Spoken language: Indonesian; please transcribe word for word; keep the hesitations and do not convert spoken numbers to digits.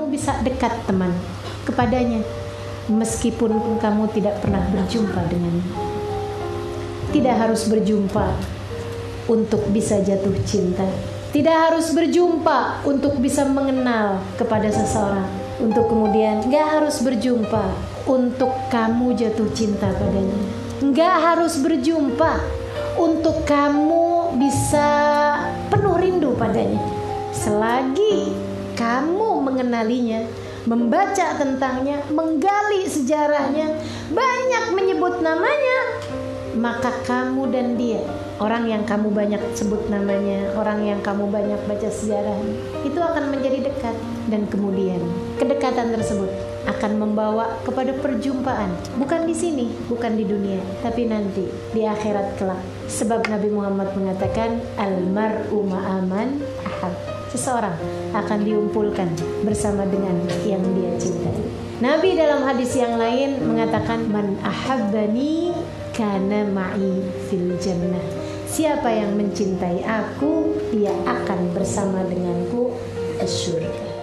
kamu bisa dekat teman kepadanya meskipun kamu tidak pernah berjumpa dengannya. Tidak harus berjumpa untuk bisa jatuh cinta. Tidak harus berjumpa untuk bisa mengenal kepada seseorang. Untuk kemudian gak harus berjumpa untuk kamu jatuh cinta padanya. Gak harus berjumpa untuk kamu bisa penuh rindu padanya. Selagi kamu mengenalinya, membaca tentangnya, menggali sejarahnya, banyak menyebut namanya, maka kamu dan dia, orang yang kamu banyak sebut namanya, orang yang kamu banyak baca sejarahnya, itu akan menjadi dekat. Dan kemudian kedekatan tersebut akan membawa kepada perjumpaan, bukan di sini, bukan di dunia, tapi nanti di akhirat kelak. Sebab Nabi Muhammad mengatakan, almar'u ma'aman ahab. Seseorang akan diumpulkan bersama dengan yang dia cintai. Nabi dalam hadis yang lain mengatakan, man ahabbani kana ma'i fil jannah. Siapa yang mencintai aku, dia akan bersama denganku di surga.